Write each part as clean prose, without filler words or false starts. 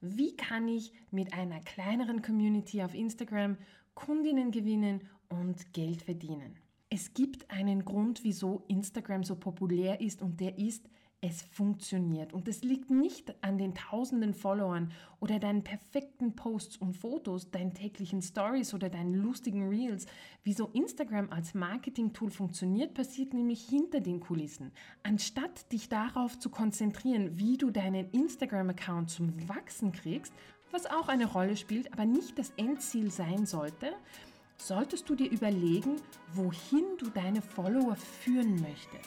Wie kann ich mit einer kleineren Community auf Instagram Kundinnen gewinnen und Geld verdienen? Es gibt einen Grund, wieso Instagram so populär ist, und der ist, es funktioniert. Und es liegt nicht an den tausenden Followern oder deinen perfekten Posts und Fotos, deinen täglichen Stories oder deinen lustigen Reels. Wieso Instagram als Marketing-Tool funktioniert, passiert nämlich hinter den Kulissen. Anstatt dich darauf zu konzentrieren, wie du deinen Instagram-Account zum Wachsen kriegst, was auch eine Rolle spielt, aber nicht das Endziel sein sollte, solltest du dir überlegen, wohin du deine Follower führen möchtest.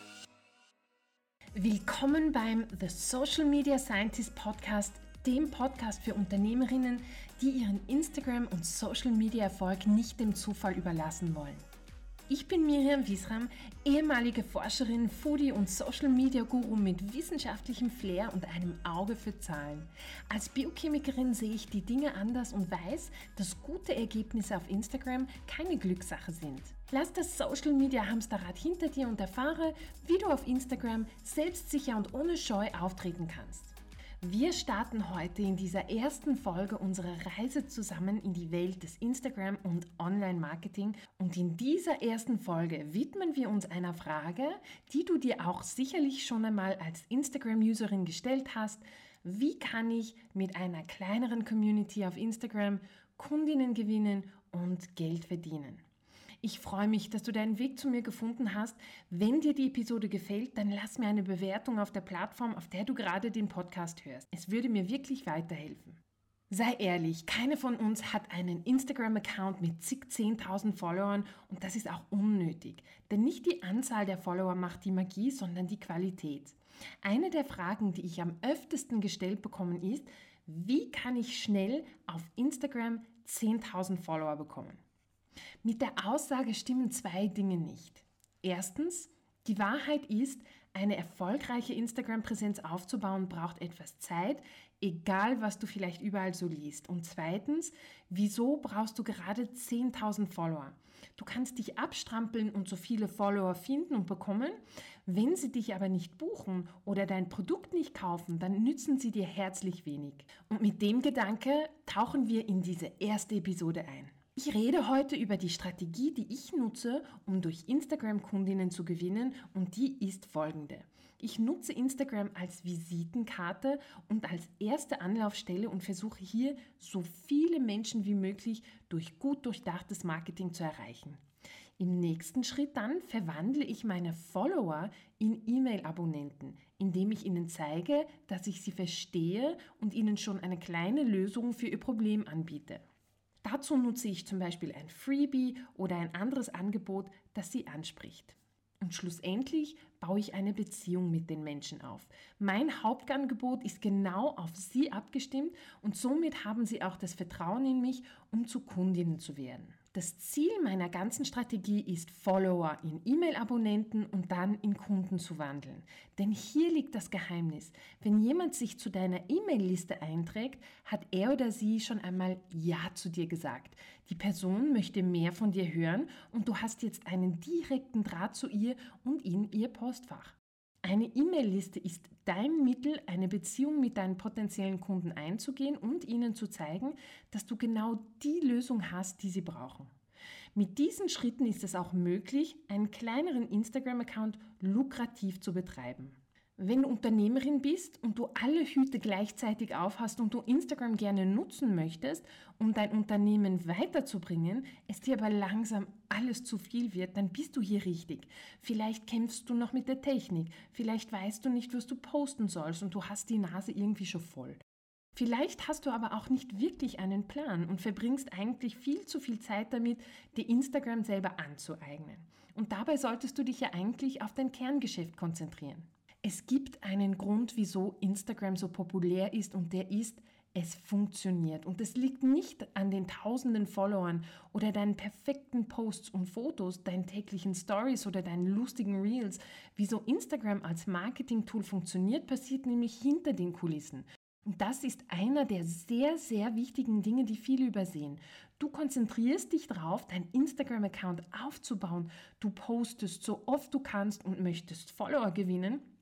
Willkommen beim The Social Media Scientist Podcast, dem Podcast für Unternehmerinnen, die ihren Instagram- und Social Media Erfolg nicht dem Zufall überlassen wollen. Ich bin Miriam Wiesram, ehemalige Forscherin, Foodie und Social Media Guru mit wissenschaftlichem Flair und einem Auge für Zahlen. Als Biochemikerin sehe ich die Dinge anders und weiß, dass gute Ergebnisse auf Instagram keine Glückssache sind. Lass das Social Media Hamsterrad hinter dir und erfahre, wie du auf Instagram selbstsicher und ohne Scheu auftreten kannst. Wir starten heute in dieser ersten Folge unsere Reise zusammen in die Welt des Instagram und Online-Marketing, und in dieser ersten Folge widmen wir uns einer Frage, die du dir auch sicherlich schon einmal als Instagram-Userin gestellt hast: Wie kann ich mit einer kleineren Community auf Instagram Kundinnen gewinnen und Geld verdienen? Ich freue mich, dass du deinen Weg zu mir gefunden hast. Wenn dir die Episode gefällt, dann lass mir eine Bewertung auf der Plattform, auf der du gerade den Podcast hörst. Es würde mir wirklich weiterhelfen. Sei ehrlich, keine von uns hat einen Instagram-Account mit zig 10.000 Followern, und das ist auch unnötig. Denn nicht die Anzahl der Follower macht die Magie, sondern die Qualität. Eine der Fragen, die ich am öftesten gestellt bekomme, ist: Wie kann ich schnell auf Instagram 10.000 Follower bekommen? Mit der Aussage stimmen zwei Dinge nicht. Erstens, die Wahrheit ist, eine erfolgreiche Instagram-Präsenz aufzubauen braucht etwas Zeit, egal was du vielleicht überall so liest. Und zweitens, wieso brauchst du gerade 10.000 Follower? Du kannst dich abstrampeln und so viele Follower finden und bekommen. Wenn sie dich aber nicht buchen oder dein Produkt nicht kaufen, dann nützen sie dir herzlich wenig. Und mit dem Gedanke tauchen wir in diese erste Episode ein. Ich rede heute über die Strategie, die ich nutze, um durch Instagram Kundinnen zu gewinnen, und die ist folgende. Ich nutze Instagram als Visitenkarte und als erste Anlaufstelle und versuche hier so viele Menschen wie möglich durch gut durchdachtes Marketing zu erreichen. Im nächsten Schritt dann verwandle ich meine Follower in E-Mail-Abonnenten, indem ich ihnen zeige, dass ich sie verstehe und ihnen schon eine kleine Lösung für ihr Problem anbiete. Dazu nutze ich zum Beispiel ein Freebie oder ein anderes Angebot, das sie anspricht. Und schlussendlich baue ich eine Beziehung mit den Menschen auf. Mein Hauptangebot ist genau auf sie abgestimmt, und somit haben sie auch das Vertrauen in mich, um zu Kundinnen zu werden. Das Ziel meiner ganzen Strategie ist, Follower in E-Mail-Abonnenten und dann in Kunden zu wandeln. Denn hier liegt das Geheimnis. Wenn jemand sich zu deiner E-Mail-Liste einträgt, hat er oder sie schon einmal Ja zu dir gesagt. Die Person möchte mehr von dir hören, und du hast jetzt einen direkten Draht zu ihr und in ihr Postfach. Eine E-Mail-Liste ist dein Mittel, eine Beziehung mit deinen potenziellen Kunden einzugehen und ihnen zu zeigen, dass du genau die Lösung hast, die sie brauchen. Mit diesen Schritten ist es auch möglich, einen kleineren Instagram-Account lukrativ zu betreiben. Wenn du Unternehmerin bist und du alle Hüte gleichzeitig aufhast und du Instagram gerne nutzen möchtest, um dein Unternehmen weiterzubringen, es dir aber langsam alles zu viel wird, dann bist du hier richtig. Vielleicht kämpfst du noch mit der Technik, vielleicht weißt du nicht, was du posten sollst und du hast die Nase irgendwie schon voll. Vielleicht hast du aber auch nicht wirklich einen Plan und verbringst eigentlich viel zu viel Zeit damit, dir Instagram selber anzueignen. Und dabei solltest du dich ja eigentlich auf dein Kerngeschäft konzentrieren. Es gibt einen Grund, wieso Instagram so populär ist, und der ist: Es funktioniert. Und es liegt nicht an den tausenden Followern oder deinen perfekten Posts und Fotos, deinen täglichen Stories oder deinen lustigen Reels. Wieso Instagram als Marketing-Tool funktioniert, passiert nämlich hinter den Kulissen. Und das ist einer der sehr, sehr wichtigen Dinge, die viele übersehen. Du konzentrierst dich darauf, deinen Instagram-Account aufzubauen. Du postest so oft du kannst und möchtest Follower gewinnen.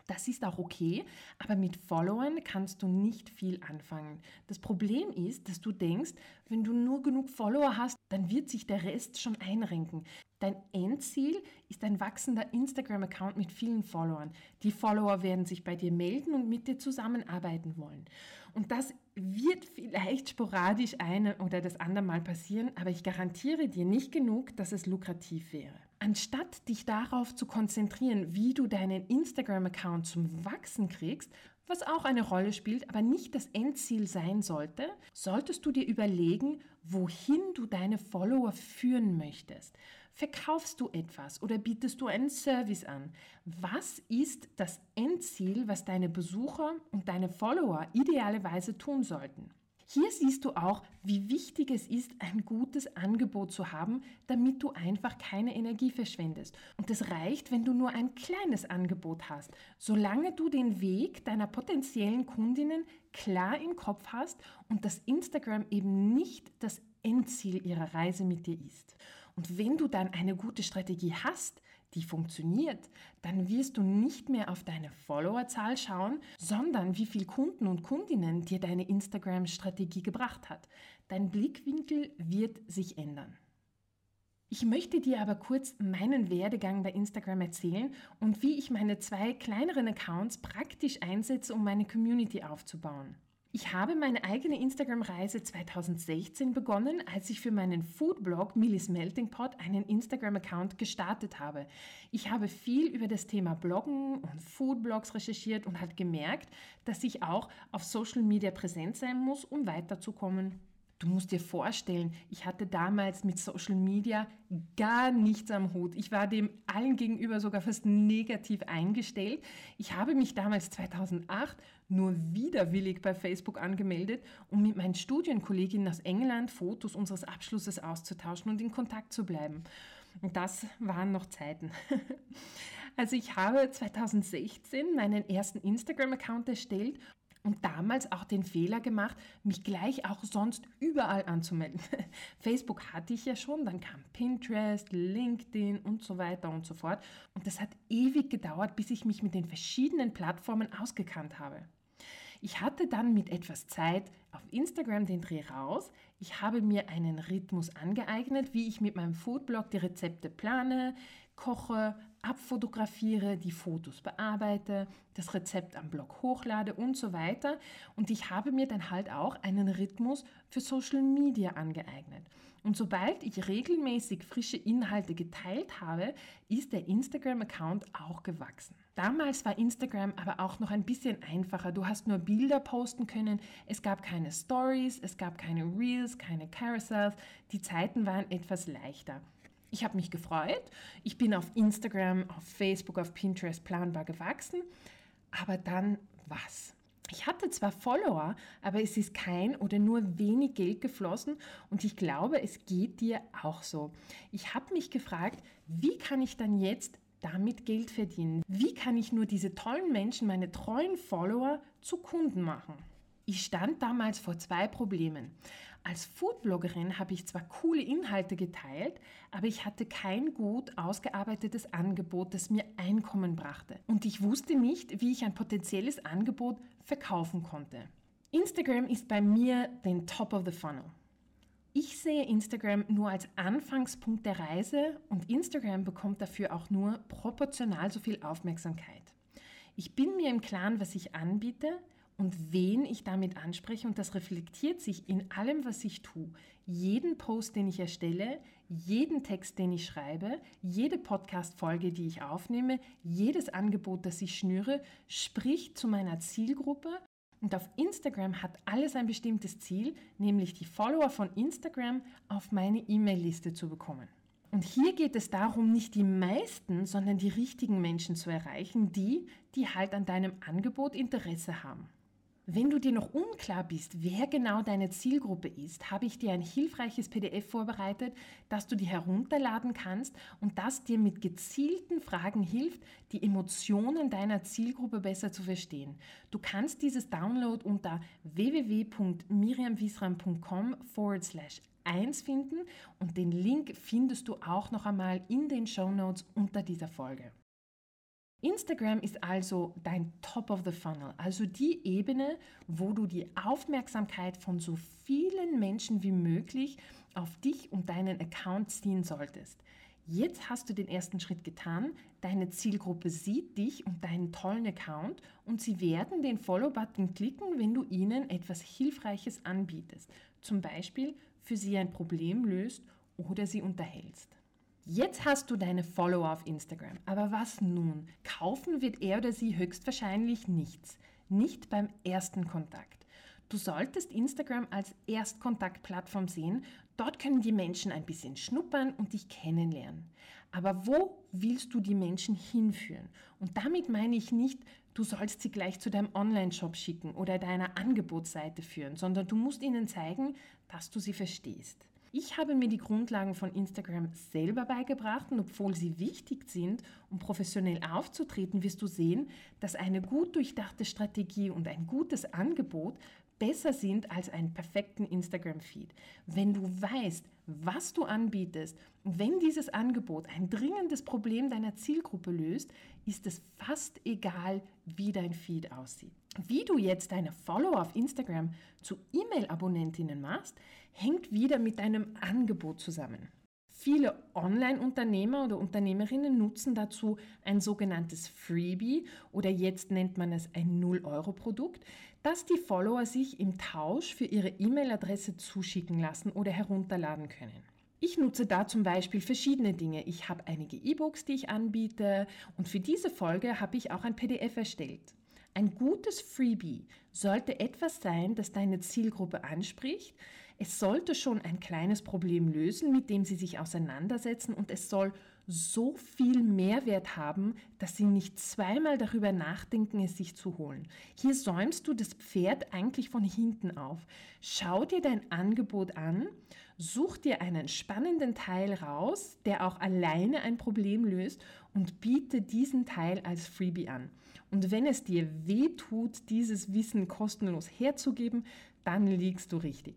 Das ist auch okay, aber mit Followern kannst du nicht viel anfangen. Das Problem ist, dass du denkst, wenn du nur genug Follower hast, dann wird sich der Rest schon einrenken. Dein Endziel ist ein wachsender Instagram-Account mit vielen Followern. Die Follower werden sich bei dir melden und mit dir zusammenarbeiten wollen. Und das wird vielleicht sporadisch ein oder das andere Mal passieren, aber ich garantiere dir nicht genug, dass es lukrativ wäre. Anstatt dich darauf zu konzentrieren, wie du deinen Instagram-Account zum Wachsen kriegst, was auch eine Rolle spielt, aber nicht das Endziel sein sollte, solltest du dir überlegen, wohin du deine Follower führen möchtest. Verkaufst du etwas oder bietest du einen Service an? Was ist das Endziel, was deine Besucher und deine Follower idealerweise tun sollten? Hier siehst du auch, wie wichtig es ist, ein gutes Angebot zu haben, damit du einfach keine Energie verschwendest. Und es reicht, wenn du nur ein kleines Angebot hast, solange du den Weg deiner potenziellen Kundinnen klar im Kopf hast und das Instagram eben nicht das Endziel ihrer Reise mit dir ist. Und wenn du dann eine gute Strategie hast, die funktioniert, dann wirst du nicht mehr auf deine Followerzahl schauen, sondern wie viele Kunden und Kundinnen dir deine Instagram-Strategie gebracht hat. Dein Blickwinkel wird sich ändern. Ich möchte dir aber kurz meinen Werdegang bei Instagram erzählen und wie ich meine 2 kleineren Accounts praktisch einsetze, um meine Community aufzubauen. Ich habe meine eigene Instagram-Reise 2016 begonnen, als ich für meinen Foodblog Millie's Melting Pot einen Instagram-Account gestartet habe. Ich habe viel über das Thema Bloggen und Foodblogs recherchiert und habe gemerkt, dass ich auch auf Social Media präsent sein muss, um weiterzukommen. Du musst dir vorstellen, ich hatte damals mit Social Media gar nichts am Hut. Ich war dem allen gegenüber sogar fast negativ eingestellt. Ich habe mich damals 2008 nur widerwillig bei Facebook angemeldet, um mit meinen Studienkolleginnen aus England Fotos unseres Abschlusses auszutauschen und in Kontakt zu bleiben. Und das waren noch Zeiten. Also ich habe 2016 meinen ersten Instagram-Account erstellt und damals auch den Fehler gemacht, mich gleich auch sonst überall anzumelden. Facebook hatte ich ja schon, dann kam Pinterest, LinkedIn und so weiter und so fort. Und das hat ewig gedauert, bis ich mich mit den verschiedenen Plattformen ausgekannt habe. Ich hatte dann mit etwas Zeit auf Instagram den Dreh raus. Ich habe mir einen Rhythmus angeeignet, wie ich mit meinem Foodblog die Rezepte plane, koche, abfotografiere, die Fotos bearbeite, das Rezept am Blog hochlade und so weiter. Und ich habe mir dann halt auch einen Rhythmus für Social Media angeeignet. Und sobald ich regelmäßig frische Inhalte geteilt habe, ist der Instagram-Account auch gewachsen. Damals war Instagram aber auch noch ein bisschen einfacher. Du hast nur Bilder posten können, es gab keine Stories, es gab keine Reels, keine Carousels. Die Zeiten waren etwas leichter. Ich habe mich gefreut. Ich bin auf Instagram, auf Facebook, auf Pinterest planbar gewachsen. Aber dann was? Ich hatte zwar Follower, aber es ist kein oder nur wenig Geld geflossen und ich glaube, es geht dir auch so. Ich habe mich gefragt, wie kann ich dann jetzt damit Geld verdienen? Wie kann ich nur diese tollen Menschen, meine treuen Follower, zu Kunden machen? Ich stand damals vor 2 Problemen. Als Foodbloggerin habe ich zwar coole Inhalte geteilt, aber ich hatte kein gut ausgearbeitetes Angebot, das mir Einkommen brachte. Und ich wusste nicht, wie ich ein potenzielles Angebot verkaufen konnte. Instagram ist bei mir den Top of the Funnel. Ich sehe Instagram nur als Anfangspunkt der Reise und Instagram bekommt dafür auch nur proportional so viel Aufmerksamkeit. Ich bin mir im Klaren, was ich anbiete und wen ich damit anspreche und das reflektiert sich in allem, was ich tue. Jeden Post, den ich erstelle, jeden Text, den ich schreibe, jede Podcast-Folge, die ich aufnehme, jedes Angebot, das ich schnüre, spricht zu meiner Zielgruppe. Und auf Instagram hat alles ein bestimmtes Ziel, nämlich die Follower von Instagram auf meine E-Mail-Liste zu bekommen. Und hier geht es darum, nicht die meisten, sondern die richtigen Menschen zu erreichen, die halt an deinem Angebot Interesse haben. Wenn du dir noch unklar bist, wer genau deine Zielgruppe ist, habe ich dir ein hilfreiches PDF vorbereitet, das du dir herunterladen kannst und das dir mit gezielten Fragen hilft, die Emotionen deiner Zielgruppe besser zu verstehen. Du kannst dieses Download unter www.miriamwiesram.com/1 finden und den Link findest du auch noch einmal in den Shownotes unter dieser Folge. Instagram ist also dein Top of the Funnel, also die Ebene, wo du die Aufmerksamkeit von so vielen Menschen wie möglich auf dich und deinen Account ziehen solltest. Jetzt hast du den ersten Schritt getan, deine Zielgruppe sieht dich und deinen tollen Account und sie werden den Follow-Button klicken, wenn du ihnen etwas Hilfreiches anbietest, zum Beispiel für sie ein Problem löst oder sie unterhältst. Jetzt hast du deine Follower auf Instagram, aber was nun? Kaufen wird er oder sie höchstwahrscheinlich nichts, nicht beim ersten Kontakt. Du solltest Instagram als Erstkontaktplattform sehen, dort können die Menschen ein bisschen schnuppern und dich kennenlernen. Aber wo willst du die Menschen hinführen? Und damit meine ich nicht, du sollst sie gleich zu deinem Online-Shop schicken oder deiner Angebotsseite führen, sondern du musst ihnen zeigen, dass du sie verstehst. Ich habe mir die Grundlagen von Instagram selber beigebracht und obwohl sie wichtig sind, um professionell aufzutreten, wirst du sehen, dass eine gut durchdachte Strategie und ein gutes Angebot besser sind als einen perfekten Instagram-Feed. Wenn du weißt, was du anbietest und wenn dieses Angebot ein dringendes Problem deiner Zielgruppe löst, ist es fast egal, wie dein Feed aussieht. Wie du jetzt deine Follower auf Instagram zu E-Mail-Abonnentinnen machst, hängt wieder mit deinem Angebot zusammen. Viele Online-Unternehmer oder Unternehmerinnen nutzen dazu ein sogenanntes Freebie oder jetzt nennt man es ein 0-Euro-Produkt, das die Follower sich im Tausch für ihre E-Mail-Adresse zuschicken lassen oder herunterladen können. Ich nutze da zum Beispiel verschiedene Dinge. Ich habe einige E-Books, die ich anbiete und für diese Folge habe ich auch ein PDF erstellt. Ein gutes Freebie sollte etwas sein, das deine Zielgruppe anspricht. Es sollte schon ein kleines Problem lösen, mit dem sie sich auseinandersetzen und es soll so viel Mehrwert haben, dass sie nicht zweimal darüber nachdenken, es sich zu holen. Hier säumst du das Pferd eigentlich von hinten auf. Schau dir dein Angebot an, such dir einen spannenden Teil raus, der auch alleine ein Problem löst und biete diesen Teil als Freebie an. Und wenn es dir weh tut, dieses Wissen kostenlos herzugeben, dann liegst du richtig.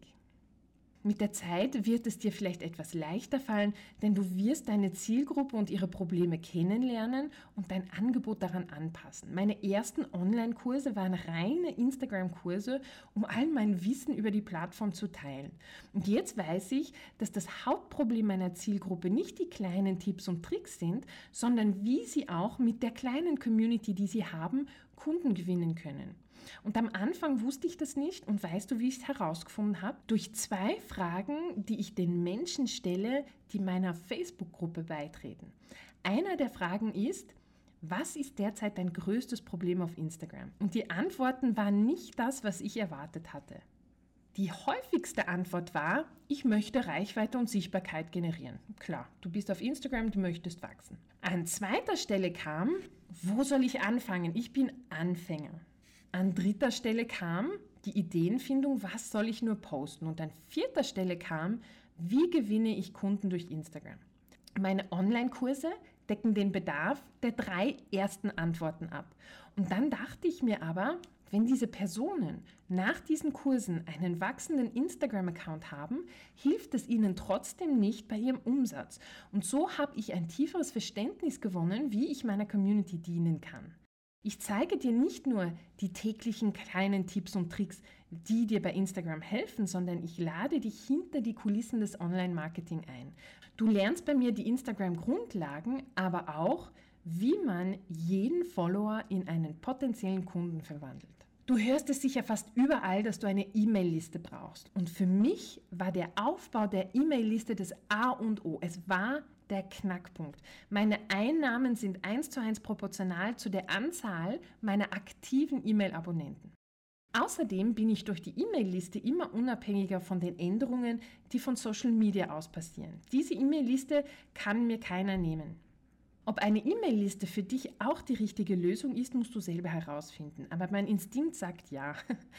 Mit der Zeit wird es dir vielleicht etwas leichter fallen, denn du wirst deine Zielgruppe und ihre Probleme kennenlernen und dein Angebot daran anpassen. Meine ersten Online-Kurse waren reine Instagram-Kurse, um all mein Wissen über die Plattform zu teilen. Und jetzt weiß ich, dass das Hauptproblem meiner Zielgruppe nicht die kleinen Tipps und Tricks sind, sondern wie sie auch mit der kleinen Community, die sie haben, Kunden gewinnen können. Und am Anfang wusste ich das nicht und weißt du, wie ich es herausgefunden habe? Durch 2 Fragen, die ich den Menschen stelle, die meiner Facebook-Gruppe beitreten. Einer der Fragen ist, was ist derzeit dein größtes Problem auf Instagram? Und die Antworten waren nicht das, was ich erwartet hatte. Die häufigste Antwort war, ich möchte Reichweite und Sichtbarkeit generieren. Klar, du bist auf Instagram, du möchtest wachsen. An zweiter Stelle kam, wo soll ich anfangen? Ich bin Anfänger. An dritter Stelle kam die Ideenfindung, was soll ich nur posten? Und an vierter Stelle kam, wie gewinne ich Kunden durch Instagram? Meine Online-Kurse decken den Bedarf der 3 ersten Antworten ab. Und dann dachte ich mir aber, wenn diese Personen nach diesen Kursen einen wachsenden Instagram-Account haben, hilft es ihnen trotzdem nicht bei ihrem Umsatz. Und so habe ich ein tieferes Verständnis gewonnen, wie ich meiner Community dienen kann. Ich zeige dir nicht nur die täglichen kleinen Tipps und Tricks, die dir bei Instagram helfen, sondern ich lade dich hinter die Kulissen des Online-Marketing ein. Du lernst bei mir die Instagram-Grundlagen, aber auch, wie man jeden Follower in einen potenziellen Kunden verwandelt. Du hörst es sicher fast überall, dass du eine E-Mail-Liste brauchst. Und für mich war der Aufbau der E-Mail-Liste das A und O. Es war der Knackpunkt. Meine Einnahmen sind 1:1 proportional zu der Anzahl meiner aktiven E-Mail-Abonnenten. Außerdem bin ich durch die E-Mail-Liste immer unabhängiger von den Änderungen, die von Social Media aus passieren. Diese E-Mail-Liste kann mir keiner nehmen. Ob eine E-Mail-Liste für dich auch die richtige Lösung ist, musst du selber herausfinden. Aber mein Instinkt sagt ja.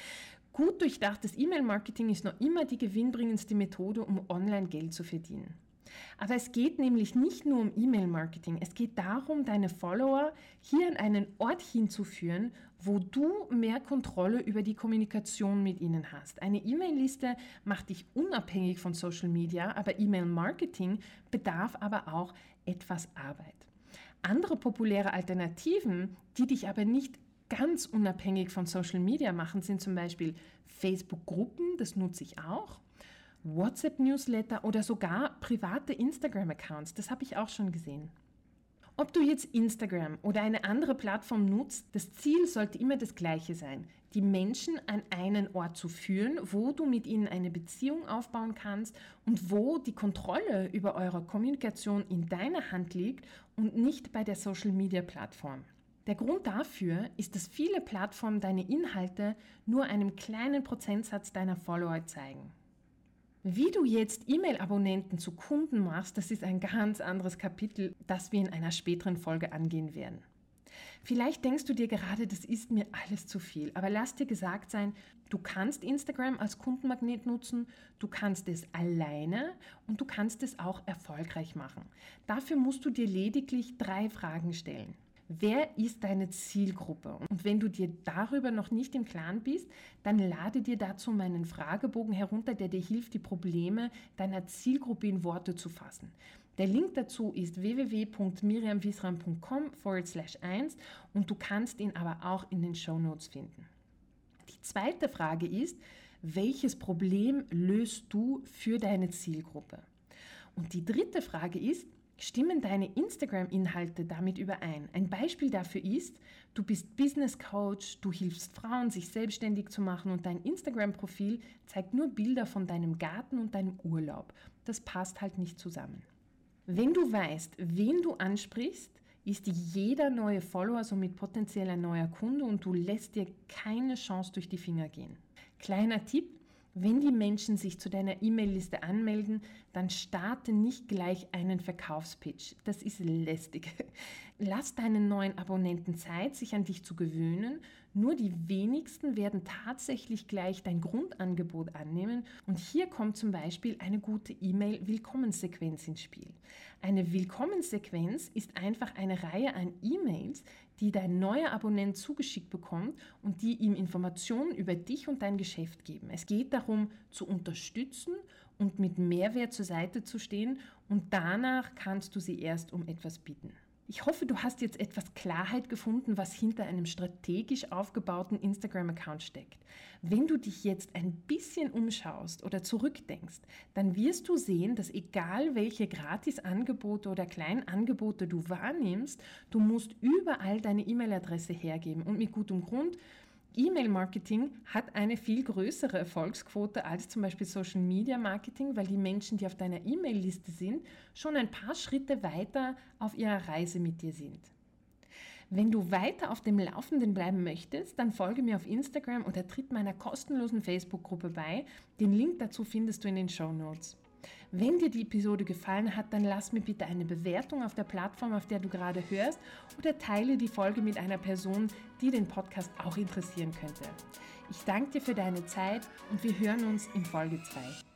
Gut durchdachtes E-Mail-Marketing ist noch immer die gewinnbringendste Methode, um online Geld zu verdienen. Aber es geht nämlich nicht nur um E-Mail-Marketing. Es geht darum, deine Follower hier an einen Ort hinzuführen, wo du mehr Kontrolle über die Kommunikation mit ihnen hast. Eine E-Mail-Liste macht dich unabhängig von Social Media, aber E-Mail-Marketing bedarf aber auch etwas Arbeit. Andere populäre Alternativen, die dich aber nicht ganz unabhängig von Social Media machen, sind zum Beispiel Facebook-Gruppen, das nutze ich auch, WhatsApp-Newsletter oder sogar private Instagram-Accounts, das habe ich auch schon gesehen. Ob du jetzt Instagram oder eine andere Plattform nutzt, das Ziel sollte immer das gleiche sein, die Menschen an einen Ort zu führen, wo du mit ihnen eine Beziehung aufbauen kannst und wo die Kontrolle über eure Kommunikation in deiner Hand liegt und nicht bei der Social-Media-Plattform. Der Grund dafür ist, dass viele Plattformen deine Inhalte nur einem kleinen Prozentsatz deiner Follower zeigen. Wie du jetzt E-Mail-Abonnenten zu Kunden machst, das ist ein ganz anderes Kapitel, das wir in einer späteren Folge angehen werden. Vielleicht denkst du dir gerade, das ist mir alles zu viel, aber lass dir gesagt sein, du kannst Instagram als Kundenmagnet nutzen, du kannst es alleine und du kannst es auch erfolgreich machen. Dafür musst du dir lediglich 3 Fragen stellen. Wer ist deine Zielgruppe? Und wenn du dir darüber noch nicht im Klaren bist, dann lade dir dazu meinen Fragebogen herunter, der dir hilft, die Probleme deiner Zielgruppe in Worte zu fassen. Der Link dazu ist www.miriamwiesram.com/1 und du kannst ihn aber auch in den Shownotes finden. Die zweite Frage ist, welches Problem löst du für deine Zielgruppe? Und die dritte Frage ist, stimmen deine Instagram-Inhalte damit überein? Ein Beispiel dafür ist, du bist Business Coach, du hilfst Frauen, sich selbstständig zu machen und dein Instagram-Profil zeigt nur Bilder von deinem Garten und deinem Urlaub. Das passt halt nicht zusammen. Wenn du weißt, wen du ansprichst, ist jeder neue Follower somit potenziell ein neuer Kunde und du lässt dir keine Chance durch die Finger gehen. Kleiner Tipp: Wenn die Menschen sich zu deiner E-Mail-Liste anmelden, dann starte nicht gleich einen Verkaufspitch. Das ist lästig. Lass deinen neuen Abonnenten Zeit, sich an dich zu gewöhnen. Nur die wenigsten werden tatsächlich gleich dein Grundangebot annehmen. Und hier kommt zum Beispiel eine gute E-Mail-Willkommenssequenz ins Spiel. Eine Willkommenssequenz ist einfach eine Reihe an E-Mails, die dein neuer Abonnent zugeschickt bekommt und die ihm Informationen über dich und dein Geschäft geben. Es geht darum, zu unterstützen und mit Mehrwert zur Seite zu stehen und danach kannst du sie erst um etwas bitten. Ich hoffe, du hast jetzt etwas Klarheit gefunden, was hinter einem strategisch aufgebauten Instagram-Account steckt. Wenn du dich jetzt ein bisschen umschaust oder zurückdenkst, dann wirst du sehen, dass egal welche Gratisangebote oder Kleinangebote du wahrnimmst, du musst überall deine E-Mail-Adresse hergeben und mit gutem Grund. E-Mail-Marketing hat eine viel größere Erfolgsquote als zum Beispiel Social-Media-Marketing, weil die Menschen, die auf deiner E-Mail-Liste sind, schon ein paar Schritte weiter auf ihrer Reise mit dir sind. Wenn du weiter auf dem Laufenden bleiben möchtest, dann folge mir auf Instagram oder tritt meiner kostenlosen Facebook-Gruppe bei. Den Link dazu findest du in den Shownotes. Wenn dir die Episode gefallen hat, dann lass mir bitte eine Bewertung auf der Plattform, auf der du gerade hörst, oder teile die Folge mit einer Person, die den Podcast auch interessieren könnte. Ich danke dir für deine Zeit und wir hören uns in Folge 2.